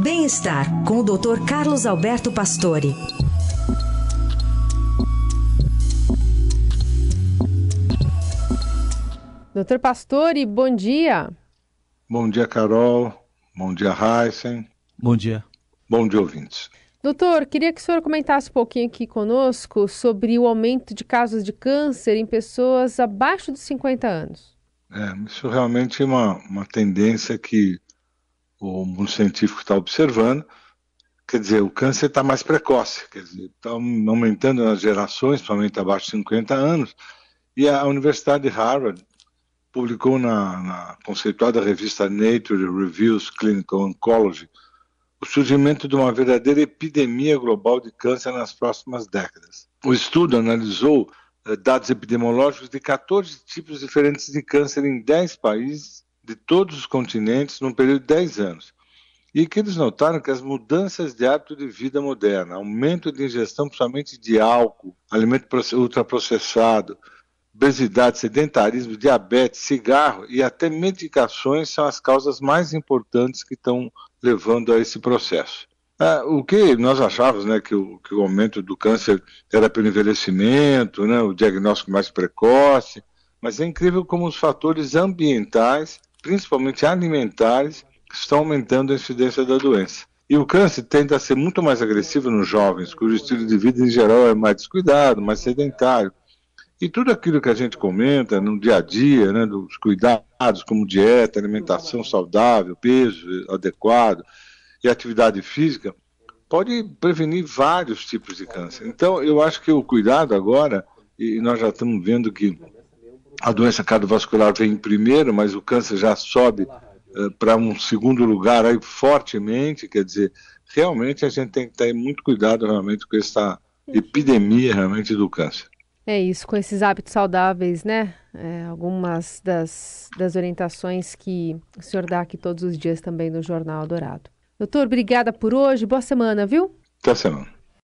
Bem-estar com o Dr. Carlos Alberto Pastore. Doutor Pastore, bom dia. Bom dia, Carol. Bom dia, Heisen. Bom dia. Bom dia, ouvintes. Doutor, queria que o senhor comentasse um pouquinho aqui conosco sobre o aumento de casos de câncer em pessoas abaixo dos 50 anos. Isso realmente é uma tendência que o mundo científico está observando. Quer dizer, o câncer está mais precoce, quer dizer, está aumentando nas gerações, principalmente abaixo de 50 anos, e a Universidade de Harvard publicou na conceituada revista Nature Reviews Clinical Oncology o surgimento de uma verdadeira epidemia global de câncer nas próximas décadas. O estudo analisou dados epidemiológicos de 14 tipos diferentes de câncer em 10 países de todos os continentes num período de 10 anos. E que eles notaram que as mudanças de hábito de vida moderna, aumento de ingestão principalmente de álcool, alimento ultraprocessado, obesidade, sedentarismo, diabetes, cigarro e até medicações são as causas mais importantes que estão levando a esse processo. O que nós achávamos, né, que o aumento do câncer era pelo envelhecimento, né, o diagnóstico mais precoce, mas é incrível como os fatores ambientais, principalmente alimentares, estão aumentando a incidência da doença. E o câncer tende a ser muito mais agressivo nos jovens, cujo estilo de vida em geral é mais descuidado, mais sedentário. E tudo aquilo que a gente comenta no dia a dia, né, dos cuidados como dieta, alimentação saudável, peso adequado e atividade física, pode prevenir vários tipos de câncer. Então, eu acho que o cuidado agora, e nós já estamos vendo que a doença cardiovascular vem em primeiro, mas o câncer já sobe para um segundo lugar aí fortemente, quer dizer, realmente a gente tem que ter muito cuidado realmente com essa epidemia realmente do câncer. É isso, com esses hábitos saudáveis, né? Algumas das orientações que o senhor dá aqui todos os dias também no Jornal Dourado. Doutor, obrigada por hoje, boa semana, viu? Boa semana.